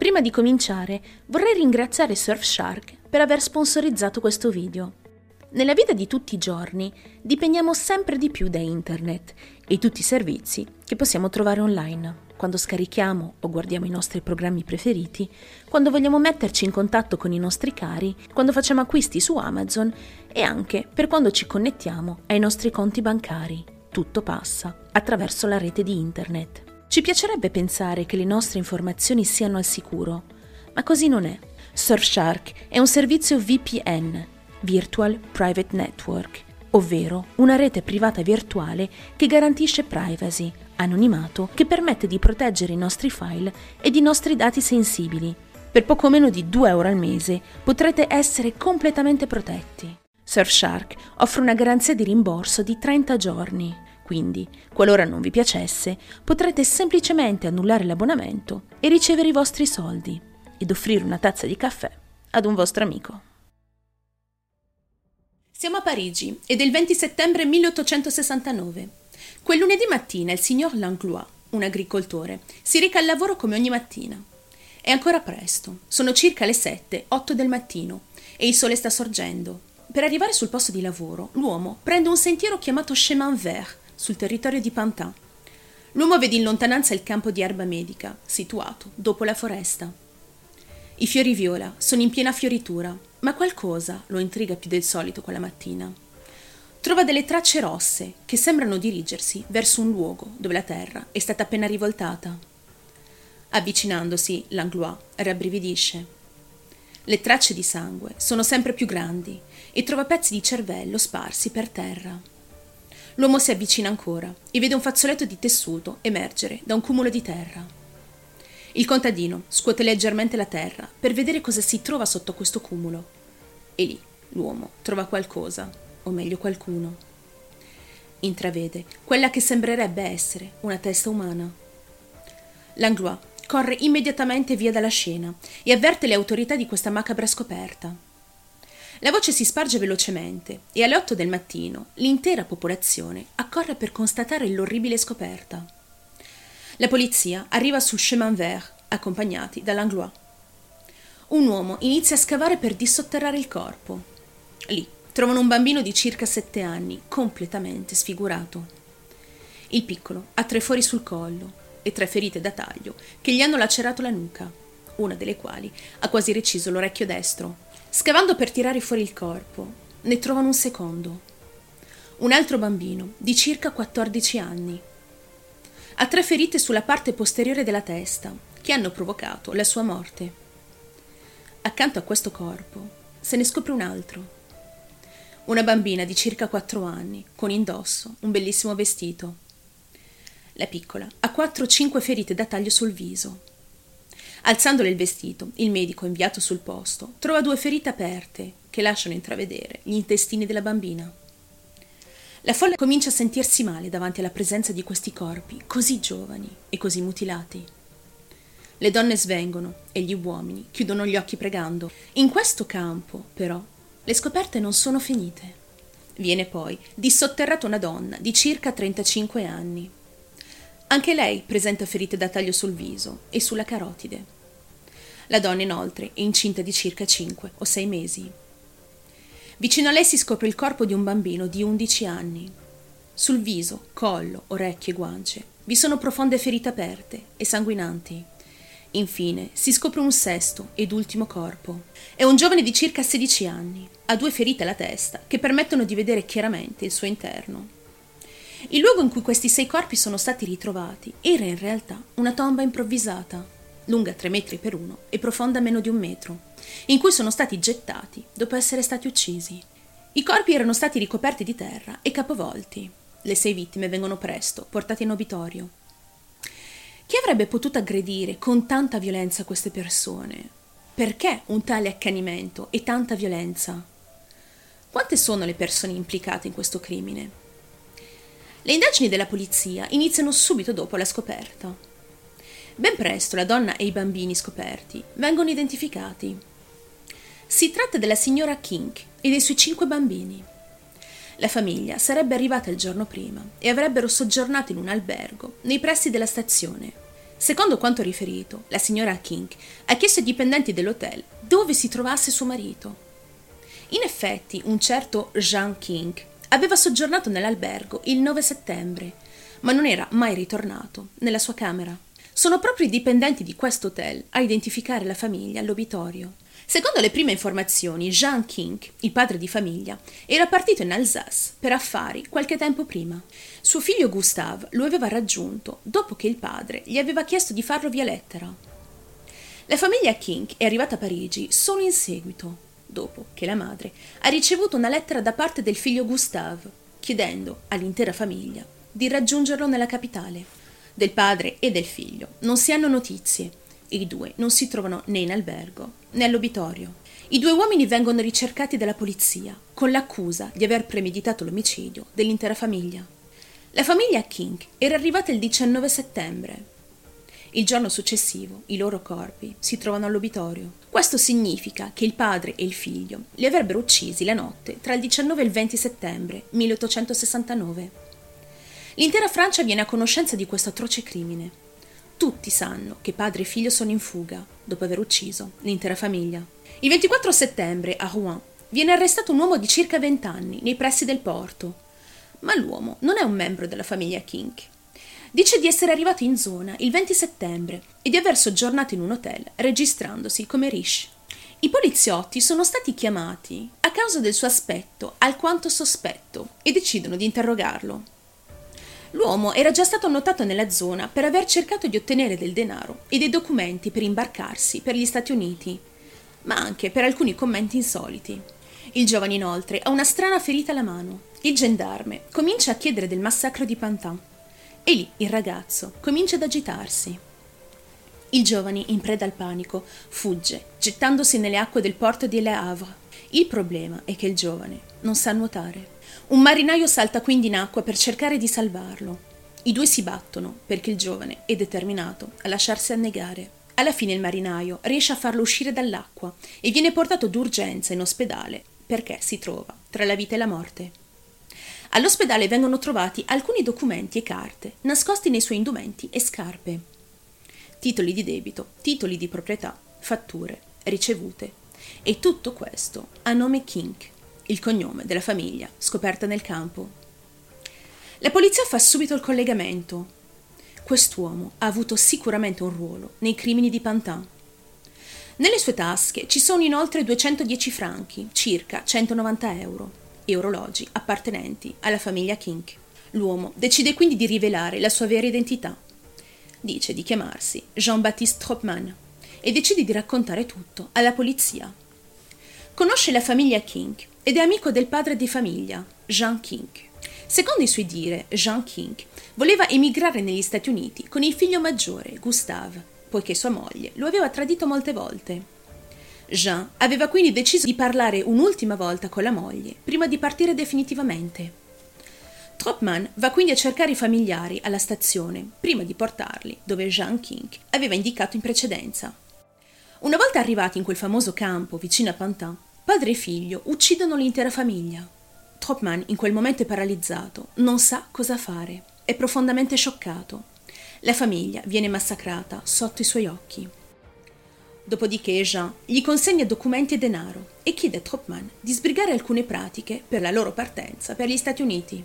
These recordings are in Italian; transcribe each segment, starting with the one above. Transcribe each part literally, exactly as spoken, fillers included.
Prima di cominciare, vorrei ringraziare Surfshark per aver sponsorizzato questo video. Nella vita di tutti i giorni dipendiamo sempre di più da internet e tutti i servizi che possiamo trovare online. Quando scarichiamo o guardiamo i nostri programmi preferiti, quando vogliamo metterci in contatto con i nostri cari, quando facciamo acquisti su Amazon e anche per quando ci connettiamo ai nostri conti bancari. Tutto passa attraverso la rete di internet. Ci piacerebbe pensare che le nostre informazioni siano al sicuro, ma così non è. Surfshark è un servizio V P N, Virtual Private Network, ovvero una rete privata virtuale che garantisce privacy, anonimato, che permette di proteggere i nostri file ed i nostri dati sensibili. Per poco meno di due euro al mese potrete essere completamente protetti. Surfshark offre una garanzia di rimborso di trenta giorni. Quindi, qualora non vi piacesse, potrete semplicemente annullare l'abbonamento e ricevere i vostri soldi ed offrire una tazza di caffè ad un vostro amico. Siamo a Parigi ed è il venti settembre milleottocentosessantanove. Quel lunedì mattina il signor Langlois, un agricoltore, si reca al lavoro come ogni mattina. È ancora presto, sono circa le sette, otto del mattino e il sole sta sorgendo. Per arrivare sul posto di lavoro, l'uomo prende un sentiero chiamato Chemin Vert, sul territorio di Pantin. L'uomo vede in lontananza il campo di erba medica, situato dopo la foresta. I fiori viola sono in piena fioritura, ma qualcosa lo intriga più del solito quella mattina. Trova delle tracce rosse che sembrano dirigersi verso un luogo dove la terra è stata appena rivoltata. Avvicinandosi, Langlois rabbrividisce. Le tracce di sangue sono sempre più grandi e trova pezzi di cervello sparsi per terra. L'uomo si avvicina ancora e vede un fazzoletto di tessuto emergere da un cumulo di terra. Il contadino scuote leggermente la terra per vedere cosa si trova sotto questo cumulo. E lì l'uomo trova qualcosa, o meglio qualcuno. Intravede quella che sembrerebbe essere una testa umana. Langlois corre immediatamente via dalla scena e avverte le autorità di questa macabra scoperta. La voce si sparge velocemente e alle otto del mattino l'intera popolazione accorre per constatare l'orribile scoperta. La polizia arriva sul Chemin Vert, accompagnati da Langlois. Un uomo inizia a scavare per dissotterrare il corpo. Lì trovano un bambino di circa sette anni, completamente sfigurato. Il piccolo ha tre fori sul collo e tre ferite da taglio che gli hanno lacerato la nuca, una delle quali ha quasi reciso l'orecchio destro. Scavando per tirare fuori il corpo, ne trovano un secondo. Un altro bambino di circa quattordici anni. Ha tre ferite sulla parte posteriore della testa che hanno provocato la sua morte. Accanto a questo corpo se ne scopre un altro. Una bambina di circa quattro anni, con indosso un bellissimo vestito. La piccola ha quattro o cinque ferite da taglio sul viso. Alzandole il vestito, il medico inviato sul posto trova due ferite aperte che lasciano intravedere gli intestini della bambina. La folla comincia a sentirsi male davanti alla presenza di questi corpi così giovani e così mutilati. Le donne svengono e gli uomini chiudono gli occhi pregando. In questo campo, però, le scoperte non sono finite. Viene poi dissotterrata una donna di circa trentacinque anni. Anche lei presenta ferite da taglio sul viso e sulla carotide. La donna inoltre è incinta di circa cinque o sei mesi. Vicino a lei si scopre il corpo di un bambino di undici anni. Sul viso, collo, orecchie e guance vi sono profonde ferite aperte e sanguinanti. Infine si scopre un sesto ed ultimo corpo. È un giovane di circa sedici anni. Ha due ferite alla testa che permettono di vedere chiaramente il suo interno. Il luogo in cui questi sei corpi sono stati ritrovati era in realtà una tomba improvvisata, lunga tre metri per uno e profonda meno di un metro, in cui sono stati gettati dopo essere stati uccisi. I corpi erano stati ricoperti di terra e capovolti. Le sei vittime vengono presto portate in obitorio. Chi avrebbe potuto aggredire con tanta violenza queste persone? Perché un tale accanimento e tanta violenza? Quante sono le persone implicate in questo crimine? Le indagini della polizia iniziano subito dopo la scoperta. Ben presto la donna e i bambini scoperti vengono identificati. Si tratta della signora King e dei suoi cinque bambini. La famiglia sarebbe arrivata il giorno prima e avrebbero soggiornato in un albergo nei pressi della stazione. Secondo quanto riferito, la signora King ha chiesto ai dipendenti dell'hotel dove si trovasse suo marito. In effetti, un certo Jean King aveva soggiornato nell'albergo il nove settembre, ma non era mai ritornato nella sua camera. Sono proprio i dipendenti di questo hotel a identificare la famiglia all'obitorio. Secondo le prime informazioni, Jean King, il padre di famiglia, era partito in Alsace per affari qualche tempo prima. Suo figlio Gustave lo aveva raggiunto dopo che il padre gli aveva chiesto di farlo via lettera. La famiglia King è arrivata a Parigi solo in seguito, dopo che la madre ha ricevuto una lettera da parte del figlio Gustave, chiedendo all'intera famiglia di raggiungerlo nella capitale. Del padre e del figlio non si hanno notizie e i due non si trovano né in albergo né all'obitorio. I due uomini vengono ricercati dalla polizia con l'accusa di aver premeditato l'omicidio dell'intera famiglia. La famiglia King era arrivata il diciannove settembre. Il giorno successivo i loro corpi si trovano all'obitorio. Questo significa che il padre e il figlio li avrebbero uccisi la notte tra il diciannove e il venti settembre milleottocentosessantanove. L'intera Francia viene a conoscenza di questo atroce crimine. Tutti sanno che padre e figlio sono in fuga dopo aver ucciso l'intera famiglia. Il ventiquattro settembre a Rouen viene arrestato un uomo di circa venti anni nei pressi del porto, ma l'uomo non è un membro della famiglia King. Dice di essere arrivato in zona il venti settembre e di aver soggiornato in un hotel registrandosi come riche. I poliziotti sono stati chiamati a causa del suo aspetto alquanto sospetto e decidono di interrogarlo. L'uomo era già stato notato nella zona per aver cercato di ottenere del denaro e dei documenti per imbarcarsi per gli Stati Uniti, ma anche per alcuni commenti insoliti. Il giovane inoltre ha una strana ferita alla mano. Il gendarme comincia a chiedere del massacro di Pantin e lì il ragazzo comincia ad agitarsi. Il giovane, in preda al panico, fugge, gettandosi nelle acque del porto di Le Havre. Il problema è che il giovane non sa nuotare. Un marinaio salta quindi in acqua per cercare di salvarlo. I due si battono perché il giovane è determinato a lasciarsi annegare. Alla fine il marinaio riesce a farlo uscire dall'acqua e viene portato d'urgenza in ospedale perché si trova tra la vita e la morte. All'ospedale vengono trovati alcuni documenti e carte nascosti nei suoi indumenti e scarpe. Titoli di debito, titoli di proprietà, fatture, ricevute. E tutto questo a nome King, il cognome della famiglia scoperta nel campo. La polizia fa subito il collegamento. Quest'uomo ha avuto sicuramente un ruolo nei crimini di Pantin. Nelle sue tasche ci sono inoltre duecentodieci franchi, circa centonovanta euro, e orologi appartenenti alla famiglia King. L'uomo decide quindi di rivelare la sua vera identità. Dice di chiamarsi Jean-Baptiste Tropman e decide di raccontare tutto alla polizia. Conosce la famiglia King ed è amico del padre di famiglia, Jean King. Secondo i suoi dire, Jean King voleva emigrare negli Stati Uniti con il figlio maggiore, Gustave, poiché sua moglie lo aveva tradito molte volte. Jean aveva quindi deciso di parlare un'ultima volta con la moglie prima di partire definitivamente. Tropman va quindi a cercare i familiari alla stazione prima di portarli dove Jean King aveva indicato in precedenza. Una volta arrivati in quel famoso campo vicino a Pantin, padre e figlio uccidono l'intera famiglia. Tropman in quel momento è paralizzato, non sa cosa fare, è profondamente scioccato. La famiglia viene massacrata sotto i suoi occhi. Dopodiché Jean gli consegna documenti e denaro e chiede a Tropman di sbrigare alcune pratiche per la loro partenza per gli Stati Uniti.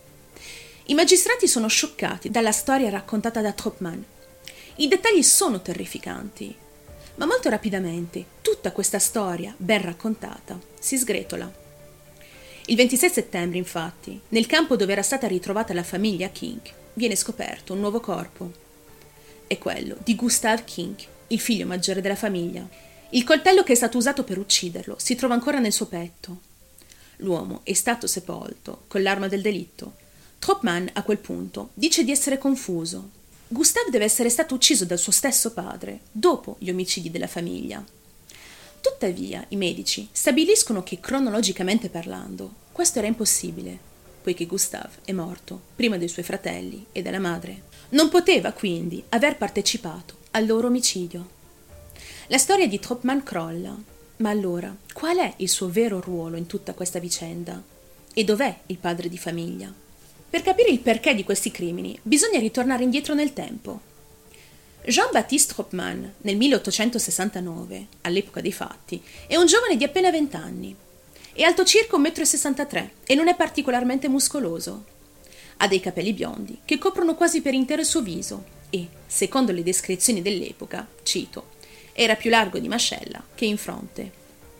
I magistrati sono scioccati dalla storia raccontata da Tropman. I dettagli sono terrificanti, ma molto rapidamente tutta questa storia, ben raccontata, si sgretola. Il ventisei settembre, infatti, nel campo dove era stata ritrovata la famiglia King, viene scoperto un nuovo corpo. È quello di Gustave King, il figlio maggiore della famiglia. Il coltello che è stato usato per ucciderlo si trova ancora nel suo petto. L'uomo è stato sepolto con l'arma del delitto. Tropman, a quel punto, dice di essere confuso. Gustave deve essere stato ucciso dal suo stesso padre, dopo gli omicidi della famiglia. Tuttavia, i medici stabiliscono che, cronologicamente parlando, questo era impossibile, poiché Gustave è morto prima dei suoi fratelli e della madre. Non poteva, quindi, aver partecipato al loro omicidio. La storia di Tropman crolla, ma allora, qual è il suo vero ruolo in tutta questa vicenda? E dov'è il padre di famiglia? Per capire il perché di questi crimini bisogna ritornare indietro nel tempo. Jean-Baptiste Tropman, nel milleottocentosessantanove, all'epoca dei fatti, è un giovane di appena venti anni. È alto circa un metro e sessantatré e non è particolarmente muscoloso. Ha dei capelli biondi che coprono quasi per intero il suo viso e, secondo le descrizioni dell'epoca, cito, era più largo di mascella che in fronte.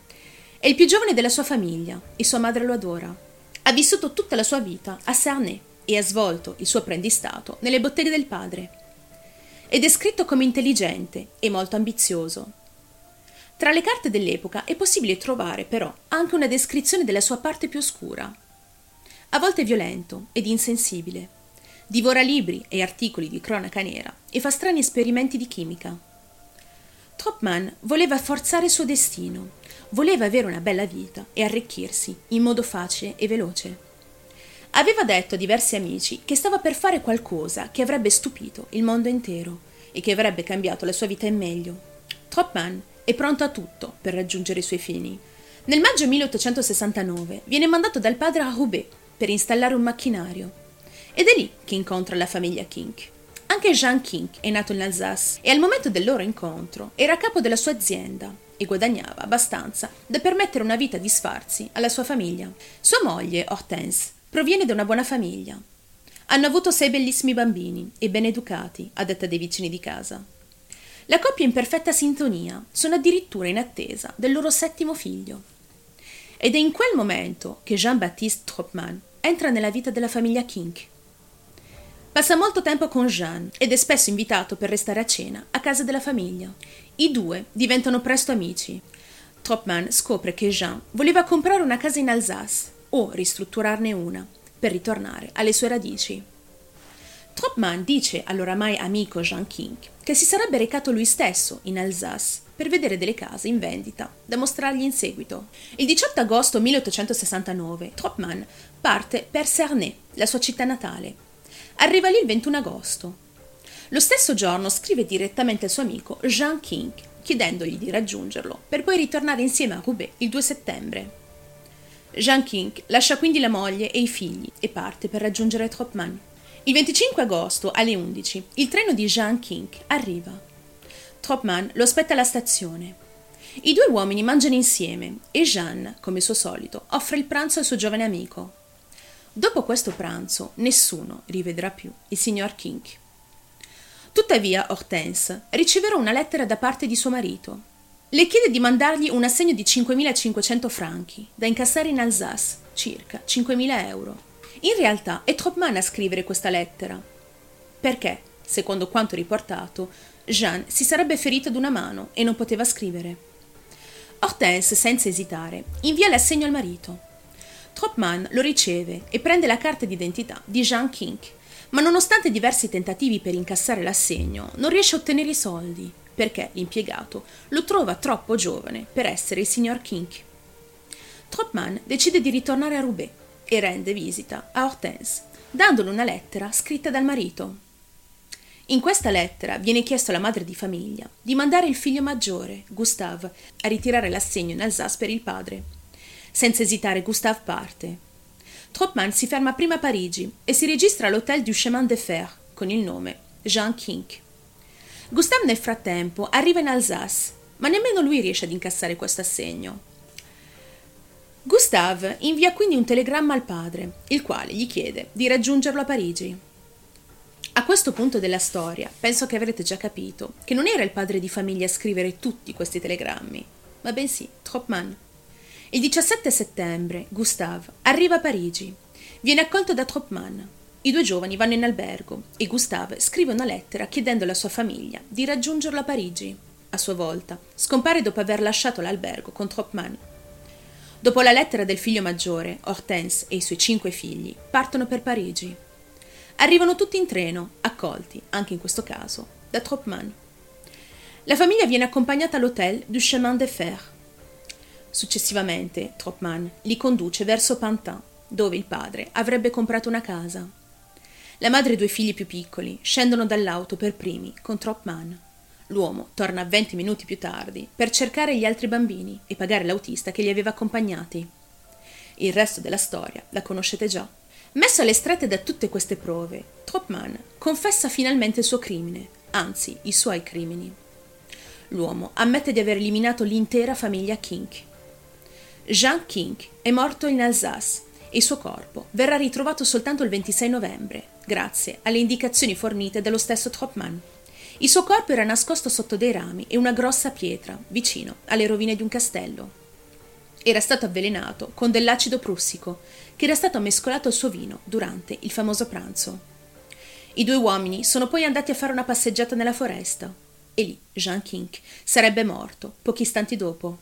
È il più giovane della sua famiglia e sua madre lo adora. Ha vissuto tutta la sua vita a Cernay e ha svolto il suo apprendistato nelle botteghe del padre. È descritto come intelligente e molto ambizioso. Tra le carte dell'epoca è possibile trovare però anche una descrizione della sua parte più oscura. A volte è violento ed insensibile. Divora libri e articoli di cronaca nera e fa strani esperimenti di chimica. Tropman voleva forzare il suo destino, voleva avere una bella vita e arricchirsi in modo facile e veloce. Aveva detto a diversi amici che stava per fare qualcosa che avrebbe stupito il mondo intero e che avrebbe cambiato la sua vita in meglio. Tropman è pronto a tutto per raggiungere i suoi fini. Nel maggio milleottocentosessantanove viene mandato dal padre a Roubaix per installare un macchinario. Ed è lì che incontra la famiglia Kink. Anche Jean Kink è nato in Alsace e al momento del loro incontro era a capo della sua azienda e guadagnava abbastanza da permettere una vita di sfarzi alla sua famiglia. Sua moglie, Hortense, proviene da una buona famiglia. Hanno avuto sei bellissimi bambini e ben educati, a detta dei vicini di casa. La coppia è in perfetta sintonia, sono addirittura in attesa del loro settimo figlio. Ed è in quel momento che Jean-Baptiste Tropman entra nella vita della famiglia Kink. Passa molto tempo con Jean ed è spesso invitato per restare a cena a casa della famiglia. I due diventano presto amici. Tropman scopre che Jean voleva comprare una casa in Alsace o ristrutturarne una per ritornare alle sue radici. Tropman dice all'oramai amico Jean Kink che si sarebbe recato lui stesso in Alsace per vedere delle case in vendita da mostrargli in seguito. Il diciotto agosto milleottocentosessantanove Tropman parte per Cernay, la sua città natale. Arriva lì il ventuno agosto. Lo stesso giorno scrive direttamente al suo amico Jean Kink chiedendogli di raggiungerlo per poi ritornare insieme a Roubaix il due settembre. Jean Kink lascia quindi la moglie e i figli e parte per raggiungere Tropman. Il venticinque agosto alle undici il treno di Jean Kink arriva. Tropman lo aspetta alla stazione. I due uomini mangiano insieme e Jean, come suo solito, offre il pranzo al suo giovane amico. Dopo questo pranzo nessuno rivedrà più il signor Kink. Tuttavia Hortense riceverà una lettera da parte di suo marito. Le chiede di mandargli un assegno di cinquemilacinquecento franchi, da incassare in Alsace, circa cinquemila euro. In realtà è Tropman a scrivere questa lettera, perché, secondo quanto riportato, Jean si sarebbe ferito ad una mano e non poteva scrivere. Hortense, senza esitare, invia l'assegno al marito. Tropman lo riceve e prende la carta d'identità di Jean Kink, ma nonostante diversi tentativi per incassare l'assegno, non riesce a ottenere i soldi, perché l'impiegato lo trova troppo giovane per essere il signor Kink. Tropman decide di ritornare a Roubaix e rende visita a Hortense, dandole una lettera scritta dal marito. In questa lettera viene chiesto alla madre di famiglia di mandare il figlio maggiore, Gustave, a ritirare l'assegno in Alsace per il padre. Senza esitare Gustave parte. Tropman si ferma prima a Parigi e si registra all'Hôtel du Chemin de Fer con il nome Jean Kink. Gustave nel frattempo arriva in Alsace, ma nemmeno lui riesce ad incassare questo assegno. Gustave invia quindi un telegramma al padre, il quale gli chiede di raggiungerlo a Parigi. A questo punto della storia penso che avrete già capito che non era il padre di famiglia a scrivere tutti questi telegrammi, ma bensì Tropman. Il diciassette settembre Gustave arriva a Parigi, viene accolto da Tropman. I due giovani vanno in albergo e Gustave scrive una lettera chiedendo alla sua famiglia di raggiungerlo a Parigi. A sua volta scompare dopo aver lasciato l'albergo con Tropman. Dopo la lettera del figlio maggiore, Hortense e i suoi cinque figli partono per Parigi. Arrivano tutti in treno, accolti, anche in questo caso, da Tropman. La famiglia viene accompagnata all'Hôtel du Chemin de Fer. Successivamente, Tropman li conduce verso Pantin, dove il padre avrebbe comprato una casa. La madre e i due figli più piccoli scendono dall'auto per primi con Tropman. L'uomo torna venti minuti più tardi per cercare gli altri bambini e pagare l'autista che li aveva accompagnati. Il resto della storia la conoscete già. Messo alle strette da tutte queste prove, Tropman confessa finalmente il suo crimine, anzi i suoi crimini. L'uomo ammette di aver eliminato l'intera famiglia King. Jean King è morto in Alsace e il suo corpo verrà ritrovato soltanto il ventisei novembre, grazie alle indicazioni fornite dallo stesso Troppmann. Il suo corpo era nascosto sotto dei rami e una grossa pietra, vicino alle rovine di un castello. Era stato avvelenato con dell'acido prussico, che era stato mescolato al suo vino durante il famoso pranzo. I due uomini sono poi andati a fare una passeggiata nella foresta, e lì Jean King sarebbe morto pochi istanti dopo.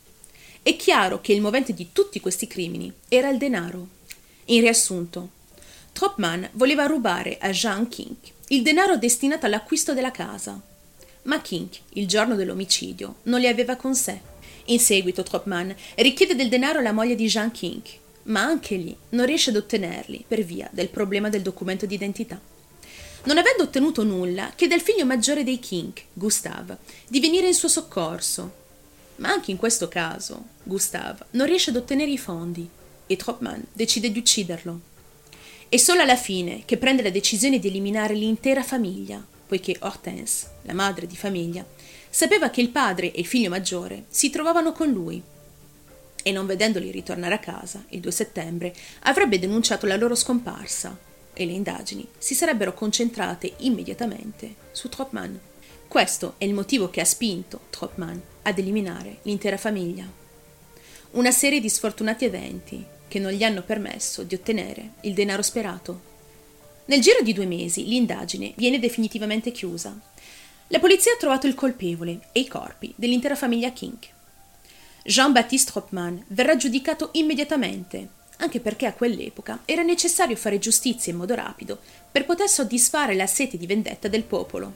È chiaro che il movente di tutti questi crimini era il denaro. In riassunto, Troppmann voleva rubare a Jean King il denaro destinato all'acquisto della casa, ma King, il giorno dell'omicidio, non li aveva con sé. In seguito Troppmann richiede del denaro alla moglie di Jean King, ma anche lì non riesce ad ottenerli per via del problema del documento d'identità. Non avendo ottenuto nulla, chiede al figlio maggiore dei King, Gustave, di venire in suo soccorso. Ma anche in questo caso, Gustave non riesce ad ottenere i fondi e Troppmann decide di ucciderlo. È solo alla fine che prende la decisione di eliminare l'intera famiglia, poiché Hortense, la madre di famiglia, sapeva che il padre e il figlio maggiore si trovavano con lui e non vedendoli ritornare a casa il due settembre avrebbe denunciato la loro scomparsa e le indagini si sarebbero concentrate immediatamente su Troppmann. Questo è il motivo che ha spinto Troppmann ad eliminare l'intera famiglia. Una serie di sfortunati eventi che non gli hanno permesso di ottenere il denaro sperato. Nel giro di due mesi l'indagine viene definitivamente chiusa. La polizia ha trovato il colpevole e i corpi dell'intera famiglia King. Jean-Baptiste Troppmann verrà giudicato immediatamente, anche perché a quell'epoca era necessario fare giustizia in modo rapido per poter soddisfare la sete di vendetta del popolo.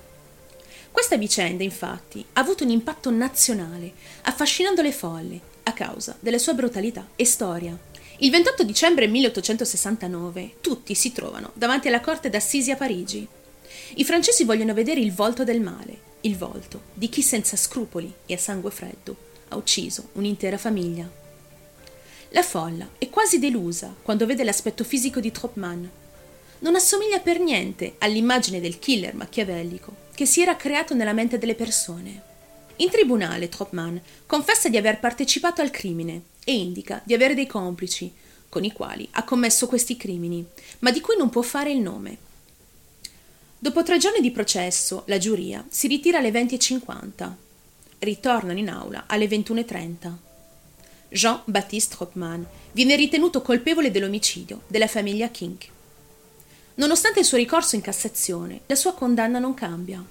Questa vicenda, infatti, ha avuto un impatto nazionale, affascinando le folle a causa della sua brutalità e storia. Il ventotto dicembre milleottocentosessantanove tutti si trovano davanti alla corte d'assisi a Parigi. I francesi vogliono vedere il volto del male, il volto di chi senza scrupoli e a sangue freddo ha ucciso un'intera famiglia. La folla è quasi delusa quando vede l'aspetto fisico di Troppmann. Non assomiglia per niente all'immagine del killer machiavellico che si era creato nella mente delle persone. In tribunale Troppmann confessa di aver partecipato al crimine e indica di avere dei complici con i quali ha commesso questi crimini, ma di cui non può fare il nome. Dopo tre giorni di processo, la giuria si ritira alle venti e cinquanta. Ritornano in aula alle ventuno e trenta. Jean-Baptiste Troppmann viene ritenuto colpevole dell'omicidio della famiglia King. Nonostante il suo ricorso in Cassazione, la sua condanna non cambia.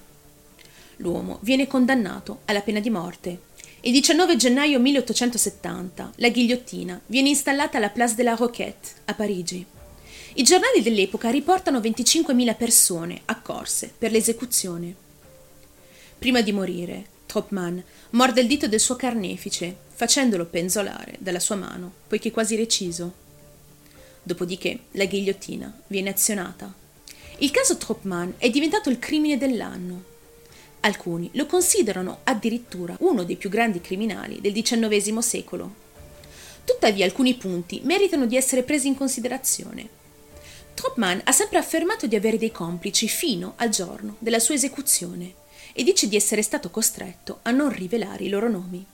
L'uomo viene condannato alla pena di morte. Il diciannove gennaio milleottocentosettanta la ghigliottina viene installata alla Place de la Roquette a Parigi. I giornali dell'epoca riportano venticinquemila persone accorse per l'esecuzione. Prima di morire, Troppmann morde il dito del suo carnefice, facendolo penzolare dalla sua mano, poiché quasi reciso. Dopodiché la ghigliottina viene azionata. Il caso Troppmann è diventato il crimine dell'anno. Alcuni lo considerano addirittura uno dei più grandi criminali del diciannovesimo secolo. Tuttavia alcuni punti meritano di essere presi in considerazione. Troppmann ha sempre affermato di avere dei complici fino al giorno della sua esecuzione e dice di essere stato costretto a non rivelare i loro nomi.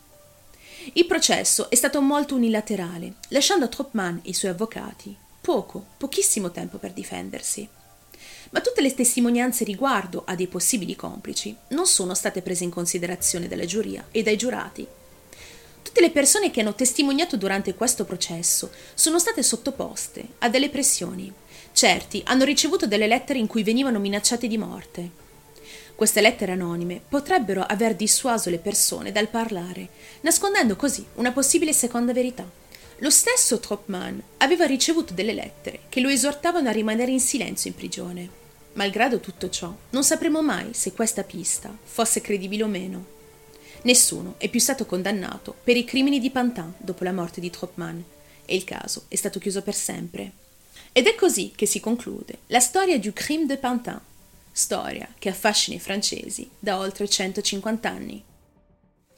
Il processo è stato molto unilaterale, lasciando a Troppmann e i suoi avvocati poco, pochissimo tempo per difendersi. Ma tutte le testimonianze riguardo a dei possibili complici non sono state prese in considerazione dalla giuria e dai giurati. Tutte le persone che hanno testimoniato durante questo processo sono state sottoposte a delle pressioni. Certi hanno ricevuto delle lettere in cui venivano minacciati di morte. Queste lettere anonime potrebbero aver dissuaso le persone dal parlare, nascondendo così una possibile seconda verità. Lo stesso Troppmann aveva ricevuto delle lettere che lo esortavano a rimanere in silenzio in prigione. Malgrado tutto ciò, non sapremo mai se questa pista fosse credibile o meno. Nessuno è più stato condannato per i crimini di Pantin dopo la morte di Troppmann e il caso è stato chiuso per sempre. Ed è così che si conclude la storia du crime de Pantin, storia che affascina i francesi da oltre centocinquanta anni.